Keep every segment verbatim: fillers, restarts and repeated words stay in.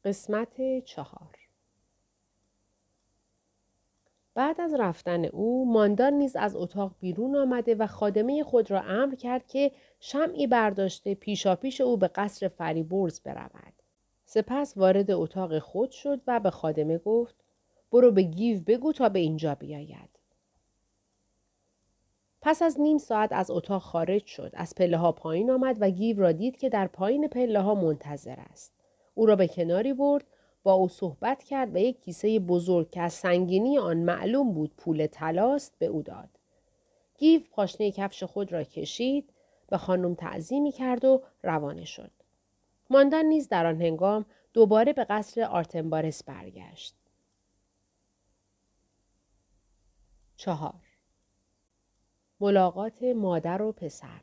قسمت چهار. بعد از رفتن او، ماندان نیز از اتاق بیرون آمده و خادمه خود را امر کرد که شمعی برداشته پیشاپیش او به قصر فریبرز برود. سپس وارد اتاق خود شد و به خادمه گفت برو به گیو بگو تا به اینجا بیاید. پس از نیم ساعت از اتاق خارج شد. از پله ها پایین آمد و گیو را دید که در پایین پله ها منتظر است. او را به کناری برد، با او صحبت کرد و یک کیسه بزرگ که از سنگینی آن معلوم بود پول طلاست به او داد. گیو پاشنه کفش خود را کشید، به خانم تعظیمی کرد و روانه شد. ماندان نیز در آن هنگام دوباره به قصر آرتنبارس برگشت. چهار. ملاقات مادر و پسر.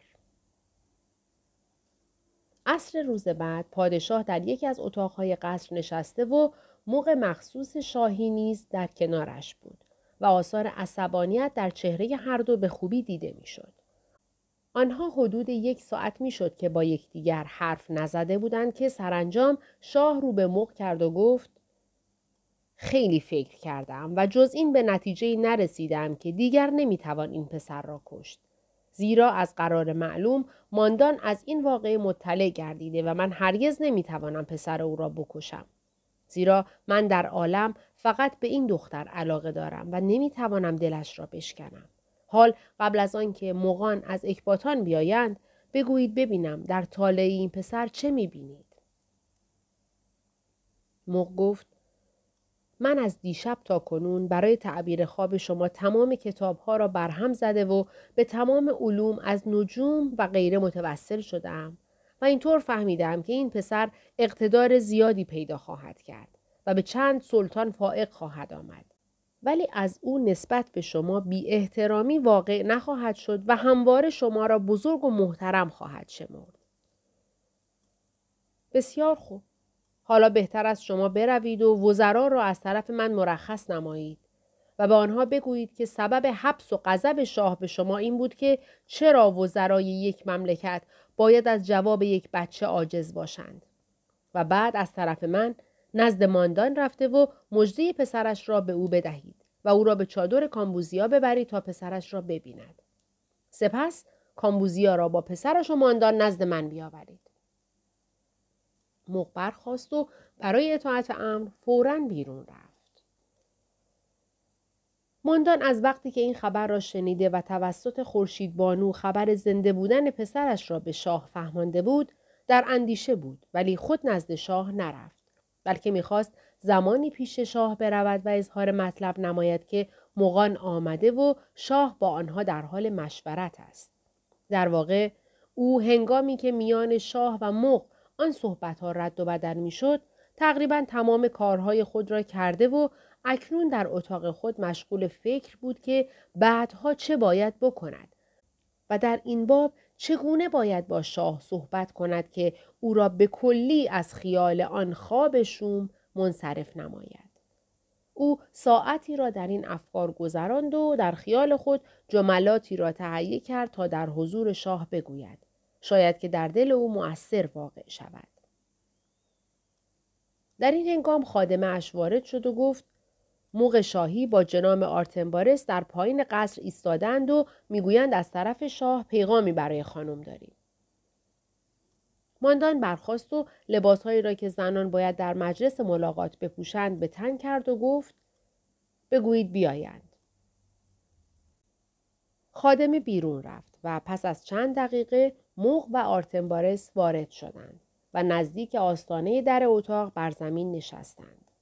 عصر روز بعد پادشاه در یکی از اتاقهای قصر نشسته و مغ مخصوص شاهی نیز در کنارش بود و آثار عصبانیت در چهره هر دو به خوبی دیده میشد. آنها حدود یک ساعت میشد که با یکدیگر حرف نزده بودند که سرانجام شاه رو به مغ کرد و گفت خیلی فکر کردم و جز این به نتیجه نرسیدم که دیگر نمیتوان این پسر را کشت. زیرا از قرار معلوم ماندان از این واقعه مطلع گردیده و من هرگز نمیتوانم پسر او را بکشم. زیرا من در عالم فقط به این دختر علاقه دارم و نمیتوانم دلش را بشکنم. حال قبل از آن که مغان از اکباتان بیایند بگویید ببینم در طالع این پسر چه میبینید؟ مغ گفت من از دیشب تا کنون برای تعبیر خواب شما تمام کتابها را برهم زده و به تمام علوم از نجوم و غیره متوسل شدم و اینطور فهمیدم که این پسر اقتدار زیادی پیدا خواهد کرد و به چند سلطان فائق خواهد آمد. ولی از او نسبت به شما بی احترامی واقع نخواهد شد و همواره شما را بزرگ و محترم خواهد شمرد. بسیار خوب. حالا بهتر است شما بروید و وزرا را از طرف من مرخص نمایید و به آنها بگویید که سبب حبس و غضب شاه به شما این بود که چرا وزرای یک مملکت باید از جواب یک بچه عاجز باشند. و بعد از طرف من نزد ماندان رفته و مژده پسرش را به او بدهید و او را به چادر کامبوزیا ببرید تا پسرش را ببیند. سپس کامبوزیا را با پسرش و ماندان نزد من بیاورید. مغ برخاست و برای اطاعت امر فوراً بیرون رفت. ماندان از وقتی که این خبر را شنیده و توسط خورشید بانو خبر زنده بودن پسرش را به شاه فهمانده بود، در اندیشه بود ولی خود نزد شاه نرفت، بلکه می‌خواست زمانی پیش شاه برود و اظهار مطلب نماید که مغان آمده و شاه با آنها در حال مشورت است. در واقع او هنگامی که میان شاه و مغ آن صحبت‌ها رد و بدل می‌شد، تقریباً تمام کارهای خود را کرده و اکنون در اتاق خود مشغول فکر بود که بعدها چه باید بکند و در این باب چگونه باید با شاه صحبت کند که او را به کلی از خیال آن خواب شوم منصرف نماید. او ساعتی را در این افکار گذراند و در خیال خود جملاتی را تهیه کرد تا در حضور شاه بگوید. شاید که در دل او مؤثر واقع شود. در این هنگام خادمه اش وارد شد و گفت مغ شاهی با جناب آرتنبارس در پایین قصر ایستادند و میگویند از طرف شاه پیغامی برای خانم داریم. ماندان برخاست و لباسهایی را که زنان باید در مجلس ملاقات بپوشند به تن کرد و گفت بگویید بیایند. خادمه بیرون رفت و پس از چند دقیقه مغ و آرتنبارس وارد شدند و نزدیک آستانه در اتاق بر زمین نشستند.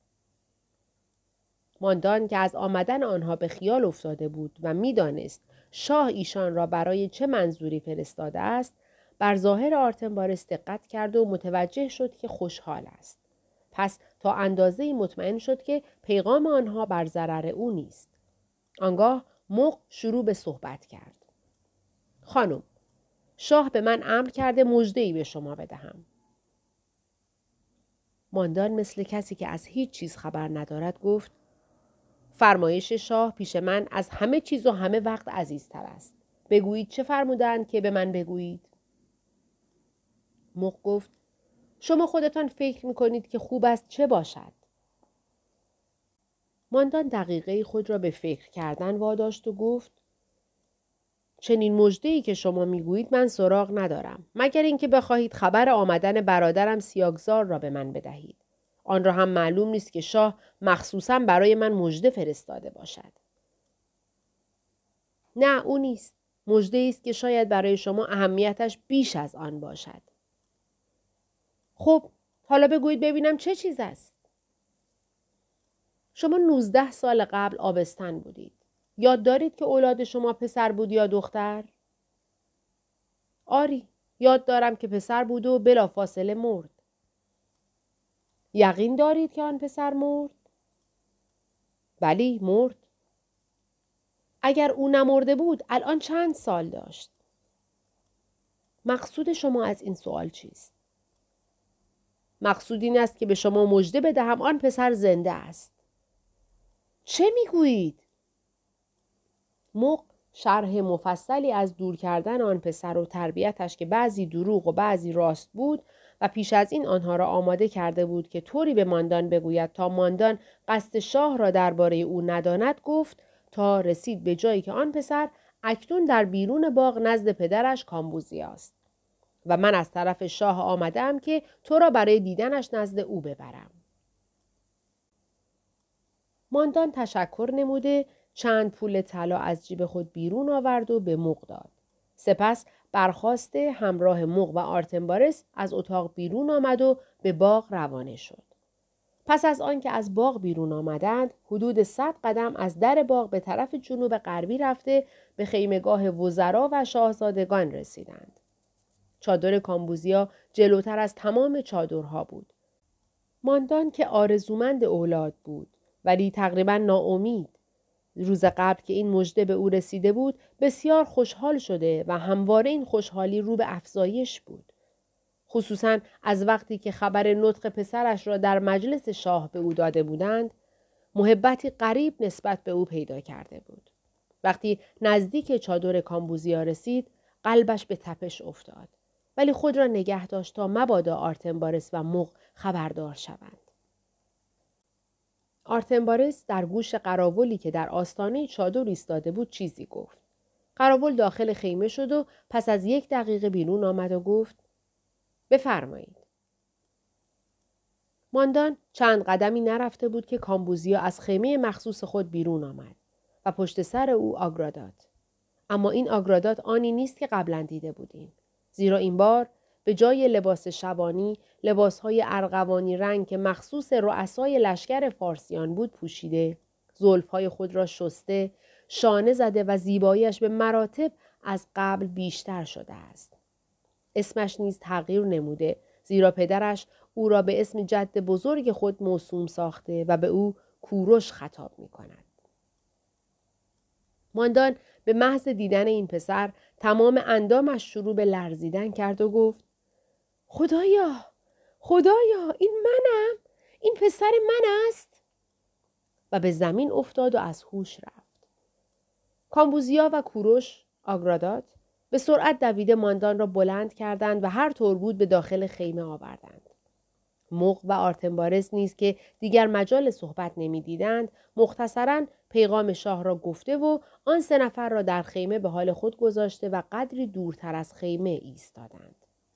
ماندان که از آمدن آنها به خیال افتاده بود و می‌دانست شاه ایشان را برای چه منظوری فرستاده است، بر ظاهر آرتنبارس دقت کرد و متوجه شد که خوشحال است. پس تا اندازه‌ای مطمئن شد که پیغام آنها بر ضرر او نیست. آنگاه مغ شروع به صحبت کرد. خانم، شاه به من امر کرده مژده‌ای به شما بدهم. ماندان مثل کسی که از هیچ چیز خبر ندارد گفت فرمایش شاه پیش من از همه چیز و همه وقت عزیزتر است. بگویید چه فرمودند که به من بگویید؟ مغ گفت شما خودتان فکر میکنید که خوب است چه باشد؟ ماندان دقیقه خود را به فکر کردن واداشت و گفت چنین مژده‌ای که شما میگویید من سراغ ندارم، مگر اینکه بخواهید خبر آمدن برادرم سیاگزار را به من بدهید. آن را هم معلوم نیست که شاه مخصوصاً برای من مژده فرستاده باشد. نه، او نیست. مژده‌ای است که شاید برای شما اهمیتش بیش از آن باشد. خب، حالا بگویید ببینم چه چیز است؟ شما نوزده سال قبل آبستن بودید. یاد دارید که اولاد شما پسر بود یا دختر؟ آری، یاد دارم که پسر بود و بلافاصله مرد. یقین دارید که آن پسر مرد؟ بلی، مرد. اگر او نمرده بود الان چند سال داشت؟ مقصود شما از این سوال چیست؟ مقصود این است که به شما مژده بدهم آن پسر زنده است. چه میگویید؟ مغ شرح مفصلی از دور کردن آن پسر و تربیتش که بعضی دروغ و بعضی راست بود و پیش از این آنها را آماده کرده بود که طوری به ماندان بگوید تا ماندان قصد شاه را درباره او نداند گفت تا رسید به جایی که آن پسر اکنون در بیرون باغ نزد پدرش کامبوزیا است و من از طرف شاه آمدم که تو را برای دیدنش نزد او ببرم. ماندان تشکر نموده چند پول طلا از جیب خود بیرون آورد و به مغ داد. سپس برخاسته همراه مغ و آرتنبارس از اتاق بیرون آمد و به باغ روانه شد. پس از آنکه از باغ بیرون آمدند، حدود صد قدم از در باغ به طرف جنوب غربی رفته به خیمه‌گاه وزرا و شاهزادگان رسیدند. چادر کامبوزیا جلوتر از تمام چادرها بود. ماندان که آرزومند اولاد بود ولی تقریبا ناامید، روز قبل که این مژده به او رسیده بود بسیار خوشحال شده و همواره این خوشحالی رو به افزایش بود. خصوصا از وقتی که خبر نطق پسرش را در مجلس شاه به او داده بودند، محبتی غریب نسبت به او پیدا کرده بود. وقتی نزدیک چادر کامبوزیا رسید، قلبش به تپش افتاد. ولی خود را نگه داشت تا مبادا آرتنبارس و مغ خبردار شوند. آرتنبارس در گوش قراولی که در آستانه چادر ایستاده بود چیزی گفت. قراول داخل خیمه شد و پس از یک دقیقه بیرون آمد و گفت بفرمایید. ماندان چند قدمی نرفته بود که کامبوزیا از خیمه مخصوص خود بیرون آمد و پشت سر او آگرادات. اما این آگرادات آنی نیست که قبلا دیده بودیم. زیرا این بار به جای لباس شبانی، لباسهای ارغوانی رنگ که مخصوص رؤسای لشکر فارسیان بود پوشیده، زلفهای خود را شسته، شانه زده و زیباییش به مراتب از قبل بیشتر شده است. اسمش نیز تغییر نموده، زیرا پدرش او را به اسم جد بزرگ خود موسوم ساخته و به او کوروش خطاب می کند. ماندان به محض دیدن این پسر تمام اندامش شروع به لرزیدن کرد و گفت خدایا، خدایا، این منم؟ این پسر من است؟ و به زمین افتاد و از هوش رفت. کامبوزیا و کوروش آگرادات به سرعت دویده ماندان را بلند کردند و هر طور بود به داخل خیمه آوردند. مغ و آرتنبارس نیز که دیگر مجال صحبت نمی دیدند، مختصراً پیغام شاه را گفته و آن سه نفر را در خیمه به حال خود گذاشته و قدری دورتر از خیمه ایستادند.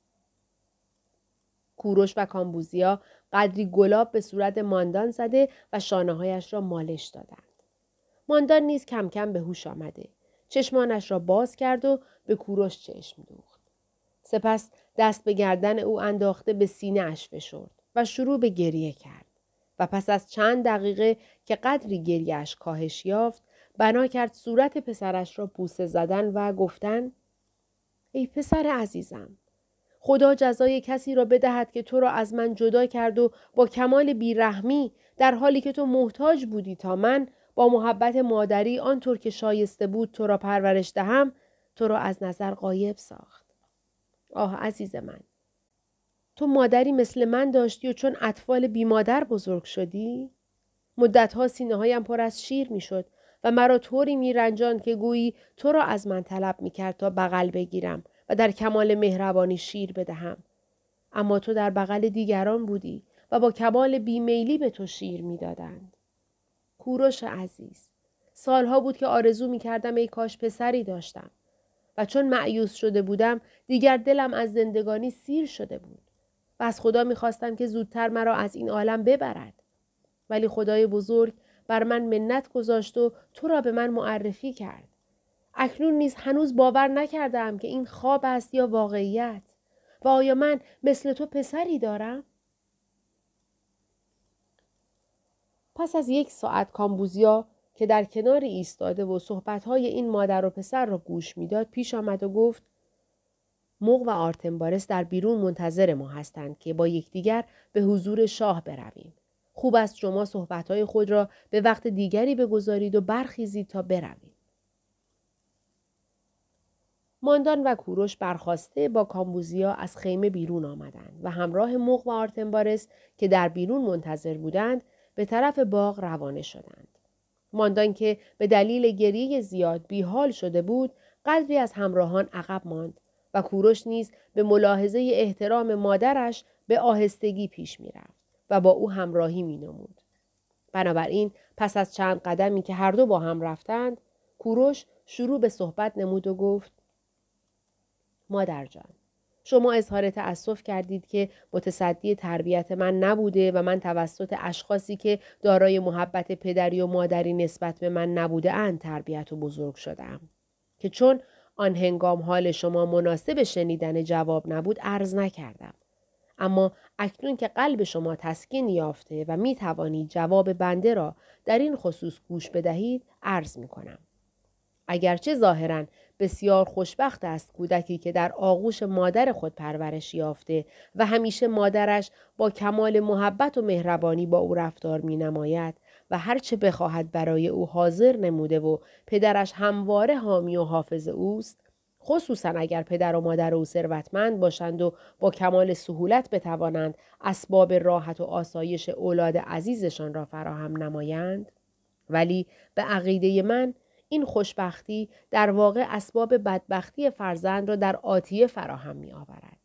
کوروش و کامبوزیا قدری گلاب به صورت ماندان زده و شانه‌هایش را مالش دادند. ماندان نیز کم کم به هوش آمده. چشمانش را باز کرد و به کوروش چشم دوخت. سپس دست به گردن او انداخته به سینه اش فشرد و شروع به گریه کرد و پس از چند دقیقه که قدری گریه‌اش کاهش یافت، بنا کرد صورت پسرش را بوسه زدن و گفتن ای پسر عزیزم، خدا جزای کسی را بدهد که تو را از من جدا کرد و با کمال بیرحمی در حالی که تو محتاج بودی تا من با محبت مادری آنطور که شایسته بود تو را پرورش دهم، تو را از نظر غایب ساخت. آه عزیز من، تو مادری مثل من داشتی و چون اطفال بی مادر بزرگ شدی؟ مدتها سینه هایم پر از شیر می شد و مرا طوری می رنجاند که گویی تو را از من طلب می کرد تا بغل بگیرم و در کمال مهربانی شیر بدهم. اما تو در بغل دیگران بودی و با کمال بیمیلی به تو شیر میدادند. کوروش عزیز، سالها بود که آرزو می کردم ای کاش پسری داشتم و چون مأیوس شده بودم دیگر دلم از زندگانی سیر شده بود و از خدا می خواستم که زودتر مرا از این عالم ببرد. ولی خدای بزرگ بر من منت گذاشت و تو را به من معرفی کرد. اکنون نیز هنوز باور نکردم که این خواب است یا واقعیت. و آیا من مثل تو پسری دارم؟ پس از یک ساعت کامبوزیا که در کنار ایستاده و صحبتهای این مادر و پسر را گوش میداد پیش آمد و گفت مغ و آرتنبارس در بیرون منتظر ما هستند که با یکدیگر به حضور شاه برویم. خوب است شما صحبتهای خود را به وقت دیگری بگذارید و برخیزید تا برویم. ماندان و کوروش برخاسته با کامبوزیا از خیمه بیرون آمدند و همراه مغ و آرتنبارس که در بیرون منتظر بودند به طرف باغ روانه شدند. ماندان که به دلیل گریه زیاد بیحال شده بود قدری از همراهان عقب ماند و کوروش نیز به ملاحظه احترام مادرش به آهستگی پیش می رفت و با او همراهی می نمود. بنابراین پس از چند قدمی که هر دو با هم رفتند کوروش شروع به صحبت نمود و گفت مادر جان، شما اظهار تأسف کردید که متصدی تربیت من نبوده و من توسط اشخاصی که دارای محبت پدری و مادری نسبت به من نبوده اند تربیت و بزرگ شدم. که چون آن هنگام حال شما مناسب شنیدن جواب نبود عرض نکردم. اما اکنون که قلب شما تسکین یافته و می توانید جواب بنده را در این خصوص گوش بدهید عرض می کنم. اگرچه ظاهراً بسیار خوشبخت است کودکی که در آغوش مادر خود پرورش یافته و همیشه مادرش با کمال محبت و مهربانی با او رفتار می نماید و هرچه بخواهد برای او حاضر نموده و پدرش همواره حامی و حافظ اوست، خصوصاً اگر پدر و مادر او ثروتمند باشند و با کمال سهولت بتوانند اسباب راحت و آسایش اولاد عزیزشان را فراهم نمایند. ولی به عقیده من این خوشبختی در واقع اسباب بدبختی فرزند را در آتیه فراهم می آورد.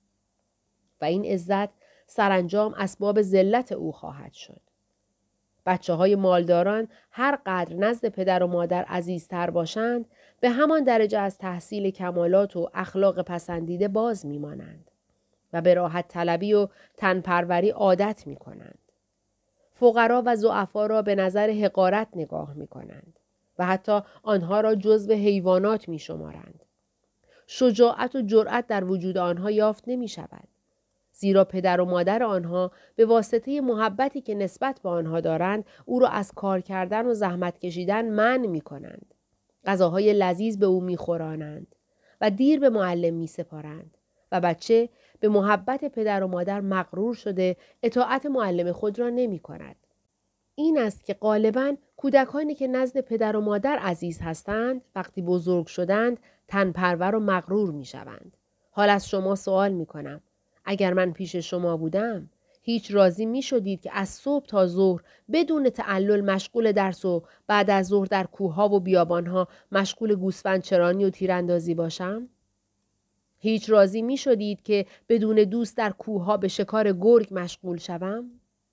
و این عزت سرانجام اسباب ذلت او خواهد شد. بچه های مالداران هر قدر نزد پدر و مادر عزیزتر باشند به همان درجه از تحصیل کمالات و اخلاق پسندیده باز می مانند و به راحت طلبی و تنپروری عادت می کنند. فقرا و ضعفا را به نظر حقارت نگاه می کنند و حتی آنها را جزو حیوانات می شمارند. شجاعت و جرأت در وجود آنها یافت نمی شود. زیرا پدر و مادر آنها به واسطه محبتی که نسبت به آنها دارند او را از کار کردن و زحمت کشیدن منع می کنند. غذاهای لذیذ به او می خورانند و دیر به معلم می سپارند و بچه به محبت پدر و مادر مغرور شده اطاعت معلم خود را نمی کند. این است که غالباً کودکانی که نزد پدر و مادر عزیز هستند وقتی بزرگ شدند تنپرور و مغرور می شوند. حال از شما سوال می کنم. اگر من پیش شما بودم هیچ راضی می شدید که از صبح تا ظهر بدون تعلل مشغول درس و بعد از ظهر در کوهها و بیابانها مشغول گوسفند چرانی و تیراندازی باشم؟ هیچ راضی می شدید که بدون دوست در کوهها به شکار گرگ مشغول شوم؟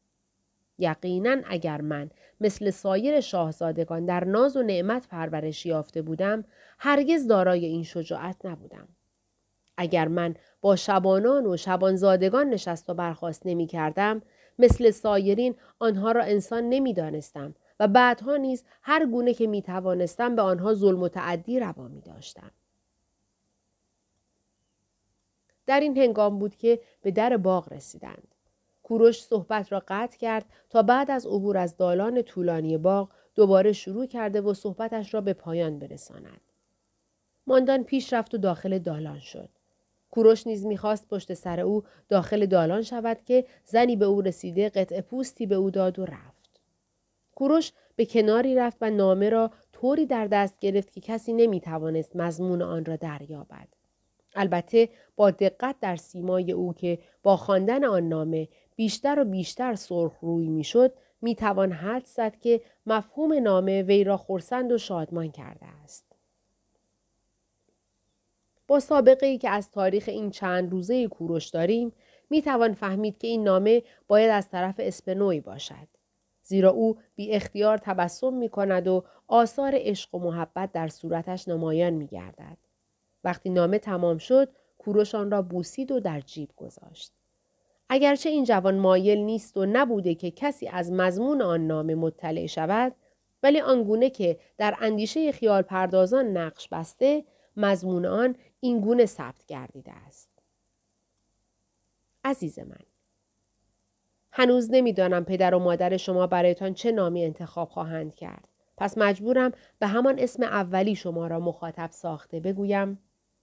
یقیناً اگر من مثل سایر شاهزادگان در ناز و نعمت پرورش یافته بودم هرگز دارای این شجاعت نبودم. اگر من با شبانان و شبانزادگان نشست و برخاست نمی کردم مثل سایرین آنها را انسان نمی دانستم و بعدها نیز هر گونه که می توانستم به آنها ظلم و تعدی روا می داشتم. در این هنگام بود که به در باغ رسیدند. کوروش صحبت را قطع کرد تا بعد از عبور از دالان طولانی باغ دوباره شروع کرده و صحبتش را به پایان برساند. ماندان پیش رفت و داخل دالان شد. کوروش نیز می‌خواست پشت سر او داخل دالان شود که زنی به او رسیده قطعه پوستی به او داد و رفت. کوروش به کناری رفت و نامه را طوری در دست گرفت که کسی نمی‌توانست مضمون آن را دریابد. البته با دقت در سیمای او که با خواندن آن نامه بیشتر و بیشتر سرخ روی میشد میتوان حدس زد که مفهوم نامه وی را خرسند و شادمان کرده است. با سابقه ای که از تاریخ این چند روزه کوروش داریم می توان فهمید که این نامه باید از طرف اسپنوی باشد. زیرا او بی اختیار تبسم می کند و آثار عشق و محبت در صورتش نمایان می گردد. وقتی نامه تمام شد، کوروش آن را بوسید و در جیب گذاشت. اگرچه این جوان مایل نیست و نبوده که کسی از مضمون آن نامه مطلع شود، ولی آنگونه که در اندیشه خیال پردازان نقش بسته، مضمون آن این گونه ثبت گردیده است. عزیز من، هنوز نمیدانم پدر و مادر شما برایتان چه نامی انتخاب خواهند کرد. پس مجبورم به همان اسم اولی شما را مخاطب ساخته بگویم: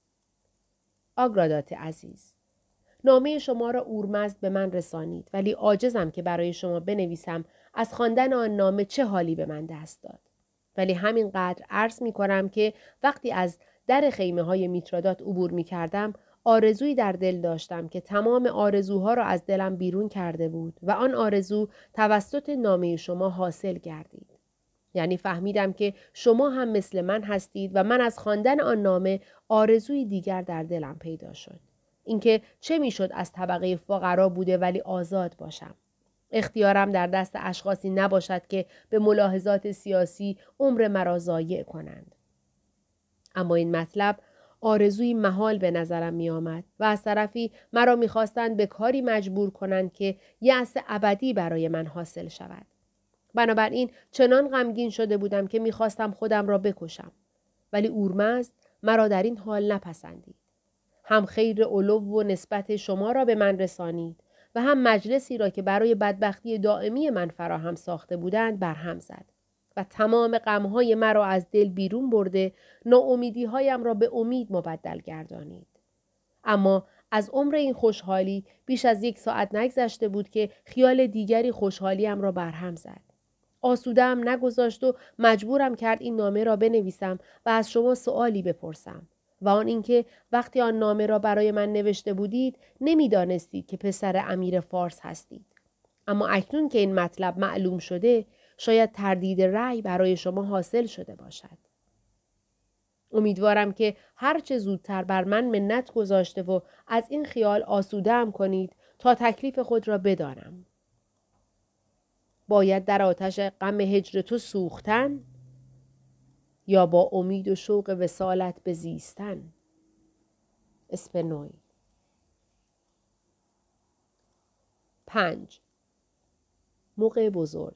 آگرادات عزیز، نامه شما را اورمزد به من رسانید، ولی عاجزم که برای شما بنویسم از خواندن آن نامه چه حالی به من دست داد. ولی همینقدر عرض می کنم که وقتی از در خیمه های میترادات عبور می کردم، آرزویی در دل داشتم که تمام آرزوها را از دلم بیرون کرده بود و آن آرزو توسط نامه شما حاصل گردید. یعنی فهمیدم که شما هم مثل من هستید و من از خواندن آن نامه آرزوی دیگر در دلم پیدا شد. اینکه چه میشد از طبقه فقرا بوده ولی آزاد باشم. اختیارم در دست اشخاصی نباشد که به ملاحظات سیاسی عمر مرا ضایع کنند. اما این مطلب آرزوی محال به نظرم می آمد و از طرفی مرا می خواستند به کاری مجبور کنند که یأس ابدی برای من حاصل شود. بنابراین چنان غمگین شده بودم که می خواستم خودم را بکشم. ولی اورمزد مرا در این حال نپسندید. هم خیر علو و نسبت شما را به من رسانید و هم مجلسی را که برای بدبختی دائمی من فراهم ساخته بودند برهم زد و تمام غمهای مرا از دل بیرون برده ناامیدی‌هایم را به امید مبدل گردانید. اما از عمر این خوشحالی بیش از یک ساعت نگذشته بود که خیال دیگری خوشحالیم را برهم زد. آسوده‌ام نگذاشت و مجبورم کرد این نامه را بنویسم و از شما سؤالی بپرسم. و آن اینکه وقتی آن نامه را برای من نوشته بودید نمیدانستید که پسر امیر فارس هستید. اما اکنون که این مطلب معلوم شده شاید تردید رأی برای شما حاصل شده باشد. امیدوارم که هرچه زودتر بر من منت گذاشته و از این خیال آسوده‌ام کنید تا تکلیف خود را بدانم. باید در آتش غم هجر تو سوختن یا با امید و شوق وصالت بزیستن. اسپنوی. پنج. موقع بزرگ.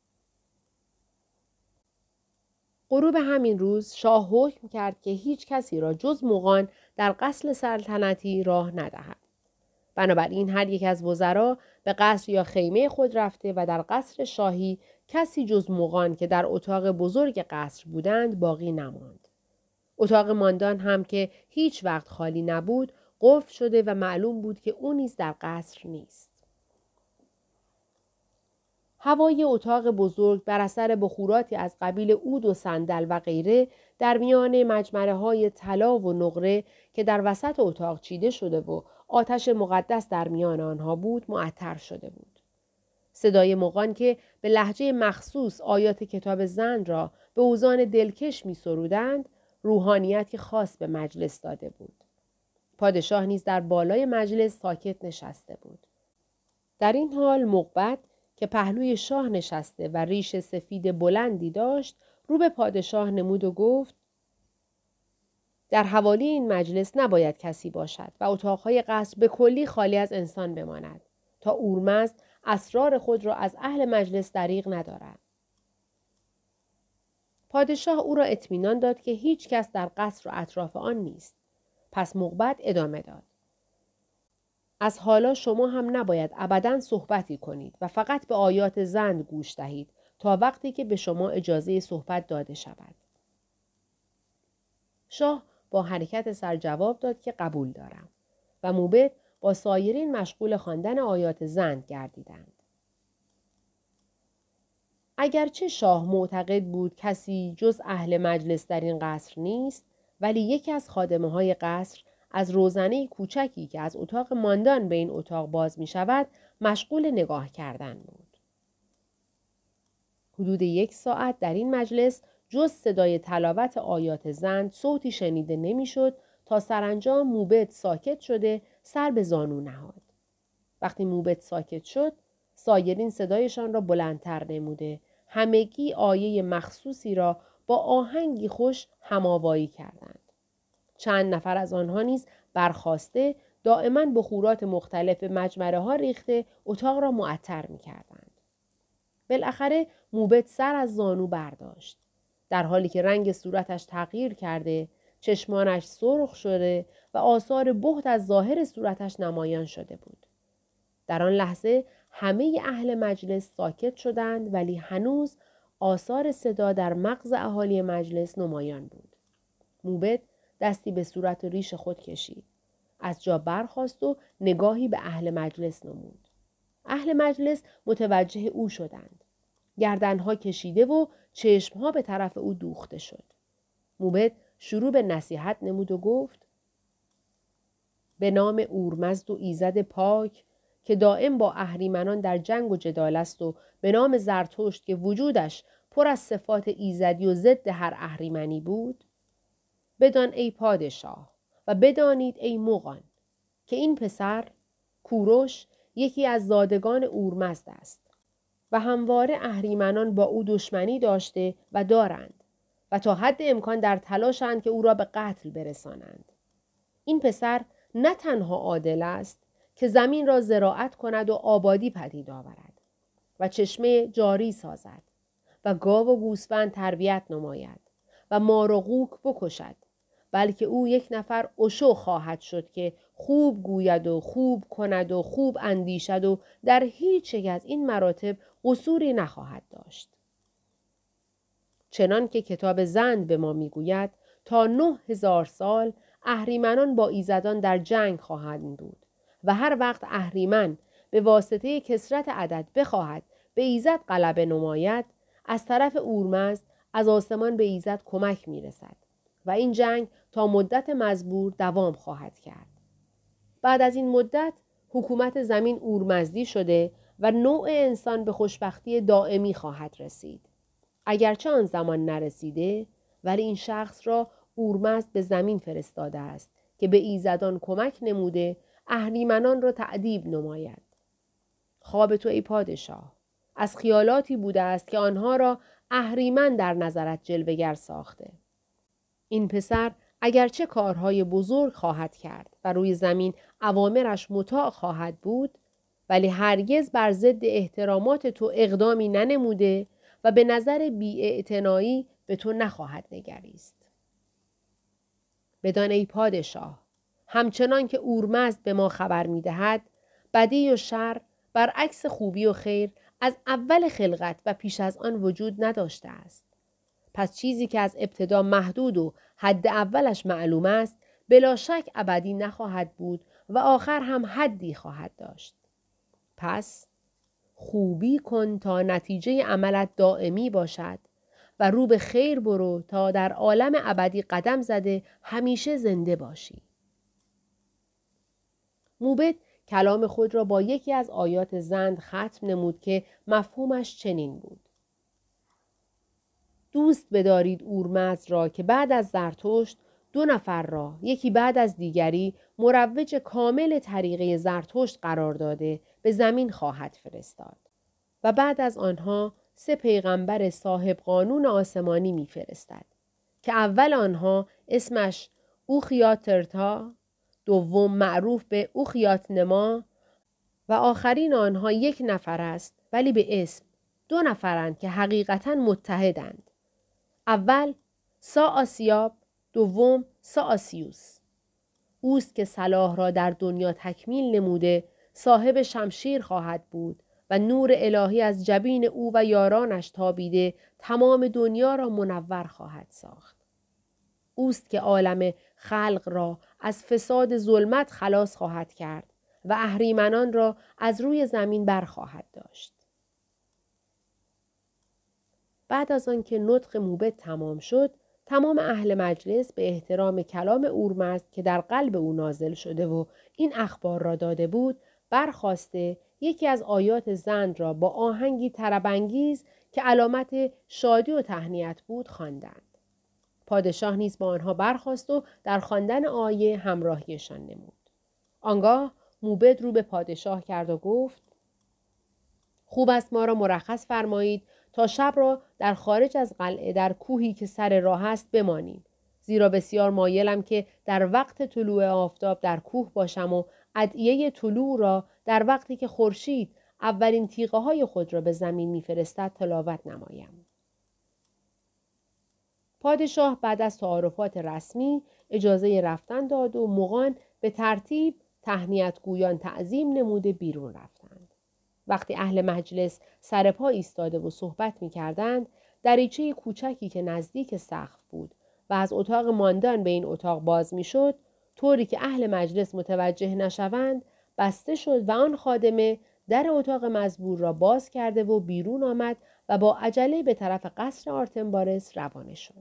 غروب همین روز شاه حکم کرد که هیچ کسی را جز مغان در قصر سلطنتی راه ندهد. بنابراین هر یک از وزرا به قصر یا خیمه خود رفته و در قصر شاهی کسی جز مغان که در اتاق بزرگ قصر بودند باقی نماند. اتاق ماندان هم که هیچ وقت خالی نبود قفل شده و معلوم بود که او نیز در قصر نیست. هوای اتاق بزرگ بر اثر بخوراتی از قبیل عود و صندل و غیره در میان مجمره های طلا و نقره که در وسط اتاق چیده شده و آتش مقدس در میان آنها بود معطر شده بود. صدای مغان که به لهجه مخصوص آیات کتاب زند را به اوزان دلکش می سرودند روحانیتی خاص به مجلس داده بود. پادشاه نیز در بالای مجلس ساکت نشسته بود. در این حال مقبد که پهلوی شاه نشسته و ریش سفید بلندی داشت رو به پادشاه نمود و گفت: در حوالی این مجلس نباید کسی باشد و اتاقهای قصر به کلی خالی از انسان بماند تا اورمزد اسرار خود را از اهل مجلس دریغ ندارد. پادشاه او را اطمینان داد که هیچ کس در قصر و اطراف آن نیست. پس مقبد ادامه داد: از حالا شما هم نباید ابداً صحبتی کنید و فقط به آیات زند گوش دهید تا وقتی که به شما اجازه صحبت داده شود. شاه با حرکت سر جواب داد که قبول دارم و موبد با سایرین مشغول خواندن آیات زند گردیدند. اگرچه شاه معتقد بود کسی جز اهل مجلس در این قصر نیست، ولی یکی از خادمه های قصر از روزنه کوچکی که از اتاق ماندان به این اتاق باز می شود مشغول نگاه کردن بود. حدود یک ساعت در این مجلس جز صدای تلاوت آیات زند صوتی شنیده نمی شد تا سرانجام موبد ساکت شده سر به زانو نهاد. وقتی موبد ساکت شد، سایرین صدایشان را بلندتر نموده، همگی آیه مخصوصی را با آهنگی خوش هماوایی کردند. چند نفر از آنها نیز برخاسته دائما بخورات مختلف مجمره ها ریخته اتاق را معطر می کردند. بالاخره موبد سر از زانو برداشت. در حالی که رنگ صورتش تغییر کرده، چشمانش سرخ شده و آثار بهت از ظاهر صورتش نمایان شده بود. در آن لحظه همه اهل مجلس ساکت شدند، ولی هنوز آثار صدا در مغز اهالی مجلس نمایان بود. موبد دستی به صورت و ریش خود کشید. از جا برخاست و نگاهی به اهل مجلس نمود. اهل مجلس متوجه او شدند. گردنها کشیده و چشمها به طرف او دوخته شد. موبد شروع به نصیحت نمود و گفت: به نام اورمزد و ایزد پاک که دائم با اهریمنان در جنگ و جدال است و به نام زرتشت که وجودش پر از صفات ایزدی و ضد هر اهریمنی بود، بدان ای پادشاه و بدانید ای مغان که این پسر کوروش یکی از زادگان اورمزد است و همواره اهریمنان با او دشمنی داشته و دارند و تا حد امکان در تلاشند که او را به قتل برسانند. این پسر نه تنها عادل است که زمین را زراعت کند و آبادی پدید آورد و چشمه جاری سازد و گاو و گوسفند تربیت نماید و مار و غوک بکشد، بلکه او یک نفر اشو خواهد شد که خوب گوید و خوب کند و خوب اندیشد و در هیچ یک از این مراتب قصوری نخواهد داشت. چنان که کتاب زند به ما میگوید تا نه هزار سال اهریمنان با ایزدان در جنگ خواهند بود و هر وقت اهریمن به واسطه کثرت عدد بخواهد به ایزد غلبه نماید، از طرف اورمزد از آسمان به ایزد کمک میرسد و این جنگ تا مدت مزبور دوام خواهد کرد. بعد از این مدت حکومت زمین اورمزدی شده و نوع انسان به خوشبختی دائمی خواهد رسید. اگرچه آن زمان نرسیده، ولی این شخص را اورمزد به زمین فرستاده است که به ایزدان کمک نموده اهریمنان را تأدیب نماید. خواب تو ای پادشاه از خیالاتی بوده است که آنها را اهریمن در نظرت جلوه‌گر ساخته. این پسر اگرچه کارهای بزرگ خواهد کرد و روی زمین اوامرش مطاع خواهد بود، ولی هرگز بر ضد احترامات تو اقدامی ننموده و به نظر بی‌اعتنایی به تو نخواهد نگریست. بدان ای پادشاه، همچنان که اورمزد به ما خبر می دهد، بدی و شر برعکس خوبی و خیر از اول خلقت و پیش از آن وجود نداشته است. پس چیزی که از ابتدا محدود و حد اولش معلوم است، بلا شک ابدی نخواهد بود و آخر هم حدی خواهد داشت. پس خوبی کن تا نتیجه عملت دائمی باشد و رو به خیر برو تا در عالم ابدی قدم زده همیشه زنده باشی. موبد کلام خود را با یکی از آیات زند ختم نمود که مفهومش چنین بود: دوست بدارید اورمزد را که بعد از زرتشت دو نفر را یکی بعد از دیگری مروج کامل طریقه زرتشت قرار داده به زمین خواهد فرستاد و بعد از آنها سه پیغمبر صاحب قانون آسمانی می فرستد که اول آنها اسمش اوخیاترتا، دوم معروف به اوخیات نما و آخرین آنها یک نفر است ولی به اسم دو نفرند که حقیقتاً متحدند. اول سا آسیاب، دوم سا آسیوس. اوست که صلاح را در دنیا تکمیل نموده صاحب شمشیر خواهد بود و نور الهی از جبین او و یارانش تابیده تمام دنیا را منور خواهد ساخت. اوست که عالم خلق را از فساد ظلمت خلاص خواهد کرد و اهریمنان را از روی زمین برخواهد داشت. بعد از آنکه نطق موبد تمام شد، تمام اهل مجلس به احترام کلام اورمزد که در قلب او نازل شده و این اخبار را داده بود، برخاسته یکی از آیات زند را با آهنگی طرب‌انگیز که علامت شادی و تهنیت بود خواندند. پادشاه نیز با آنها برخاست و در خواندن آیه همراهیشان نمود. آنگاه موبد رو به پادشاه کرد و گفت خوب است ما را مرخص فرمایید تا شب را در خارج از قلعه در کوهی که سر راه است بمانیم. زیرا بسیار مایلم که در وقت طلوع آفتاب در کوه باشم و ادعیه طلوع را در وقتی که خورشید اولین تیغه های خود را به زمین میفرستد تلاوت نمایم. پادشاه بعد از تعارفات رسمی اجازه رفتن داد و مغان به ترتیب تهنیت گویان تعظیم نموده بیرون رفتند. وقتی اهل مجلس سر پا ایستاده و صحبت می کردند، دریچه کوچکی که نزدیک سقف بود و از اتاق ماندان به این اتاق باز می شد، طوری که اهل مجلس متوجه نشوند، بسته شد و آن خادمه در اتاق مزبور را باز کرده و بیرون آمد و با عجله به طرف قصر آرتمبارس روانه شد.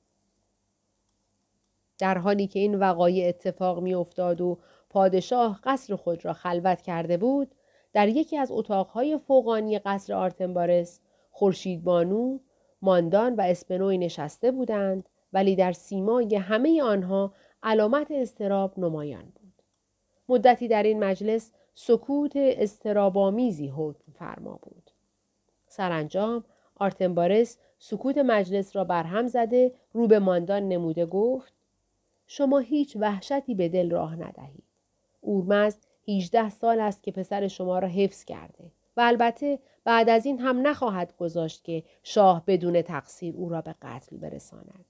در حالی که این وقایع اتفاق می افتاد و پادشاه قصر خود را خلوت کرده بود، در یکی از اتاقهای فوقانی قصر آرتمبارس خورشیدبانو، ماندان و اسپنوی نشسته بودند، ولی در سیمای همه آنها علامت اضطراب نمایان بود. مدتی در این مجلس سکوت اضطراب‌آمیزی حکم فرما بود. سرانجام آرتمبارس سکوت مجلس را برهم زده رو به ماندان نموده گفت شما هیچ وحشتی به دل راه ندهید. اورمزد هجده سال است که پسر شما را حفظ کرده و البته بعد از این هم نخواهد گذاشت که شاه بدون تقصیر او را به قتل برساند.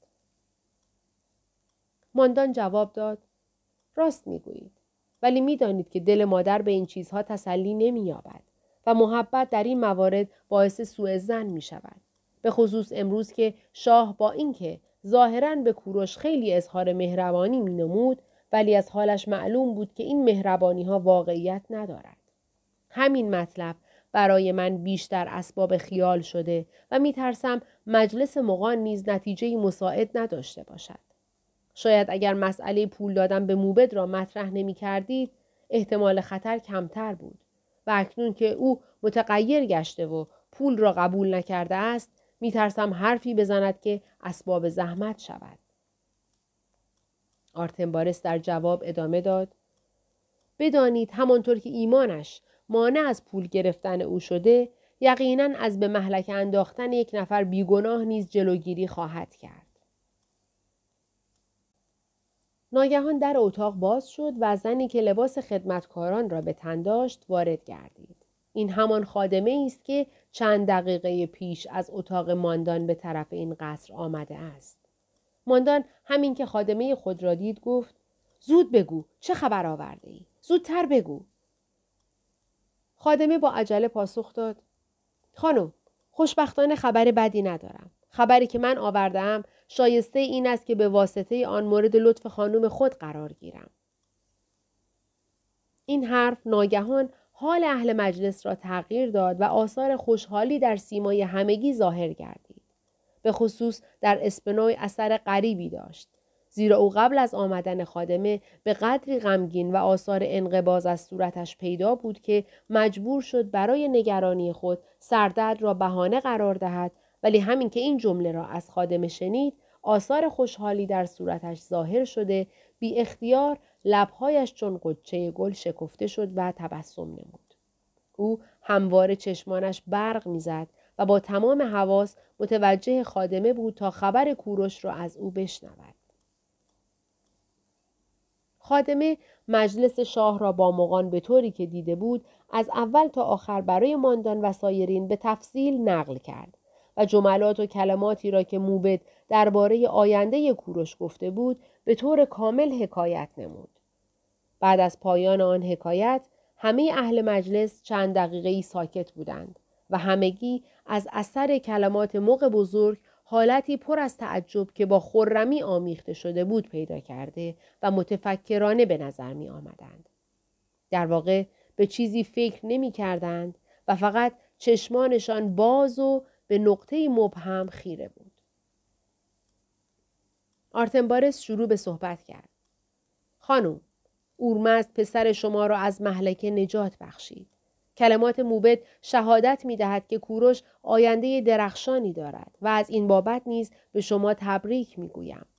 ماندان جواب داد راست میگویید، ولی میدانید که دل مادر به این چیزها تسلی نمییابد و محبت در این موارد باعث سوء ظن می شود. به خصوص امروز که شاه با اینکه ظاهراً به کوروش خیلی اظهار مهربانی می نمود، ولی از حالش معلوم بود که این مهربانی ها واقعیت ندارد. همین مطلب برای من بیشتر اسباب خیال شده و می ترسم مجلس مغان نیز نتیجه مساعد نداشته باشد. شاید اگر مسئله پول دادن به موبد را مطرح نمی کردید، احتمال خطر کمتر بود. و اکنون که او متغیر گشته و پول را قبول نکرده است، می ترسم حرفی بزند که اسباب زحمت شود. آرتمبارس در جواب ادامه داد بدانید همانطور که ایمانش مانع از پول گرفتن او شده، یقیناً از به مهلک انداختن یک نفر بیگناه نیز جلوگیری خواهد کرد. ناگهان در اتاق باز شد و زنی که لباس خدمتکاران را به تن داشت وارد گردید. این همان خادمه است که چند دقیقه پیش از اتاق ماندان به طرف این قصر آمده است. ماندان همین که خادمه خود را دید گفت زود بگو چه خبر آورده ای؟ زودتر بگو. خادمه با عجله پاسخ داد خانم، خوشبختانه خبر بدی ندارم. خبری که من آوردم شایسته این است که به واسطه آن مورد لطف خانم خود قرار گیرم. این حرف ناگهان حال اهل مجلس را تغییر داد و آثار خوشحالی در سیمای همگی ظاهر گردید. به خصوص در اسپنوی اثر غریبی داشت. زیرا او قبل از آمدن خادمه به قدری غمگین و آثار انقباض از صورتش پیدا بود که مجبور شد برای نگرانی خود سردرد را بهانه قرار دهد، ولی همین که این جمله را از خادمه شنید، آثار خوشحالی در صورتش ظاهر شده، بی اختیار لبهایش چون قچه گل شکفته شد و تبسم نمود. او همواره چشمانش برق میزد و با تمام حواس متوجه خادمه بود تا خبر کوروش را از او بشنود. خادمه مجلس شاه را با مغان به طوری که دیده بود از اول تا آخر برای ماندان و سایرین به تفصیل نقل کرد و جملات و کلماتی را که موبد درباره آینده کوروش گفته بود به طور کامل حکایت نمود. بعد از پایان آن حکایت همه اهل مجلس چند دقیقه‌ای ساکت بودند و همگی از اثر کلمات مغ بزرگ حالتی پر از تعجب که با خرمی آمیخته شده بود پیدا کرده و متفکرانه به نظر می آمدند. در واقع به چیزی فکر نمی کردند و فقط چشمانشان باز و به نقطه مبهم خیره بود. آرتمبارس شروع به صحبت کرد. خانم، اورمزد پسر شما را از مهلکه نجات بخشید. کلمات موبد شهادت می دهد که کوروش آینده درخشانی دارد و از این بابت نیز به شما تبریک می گویم.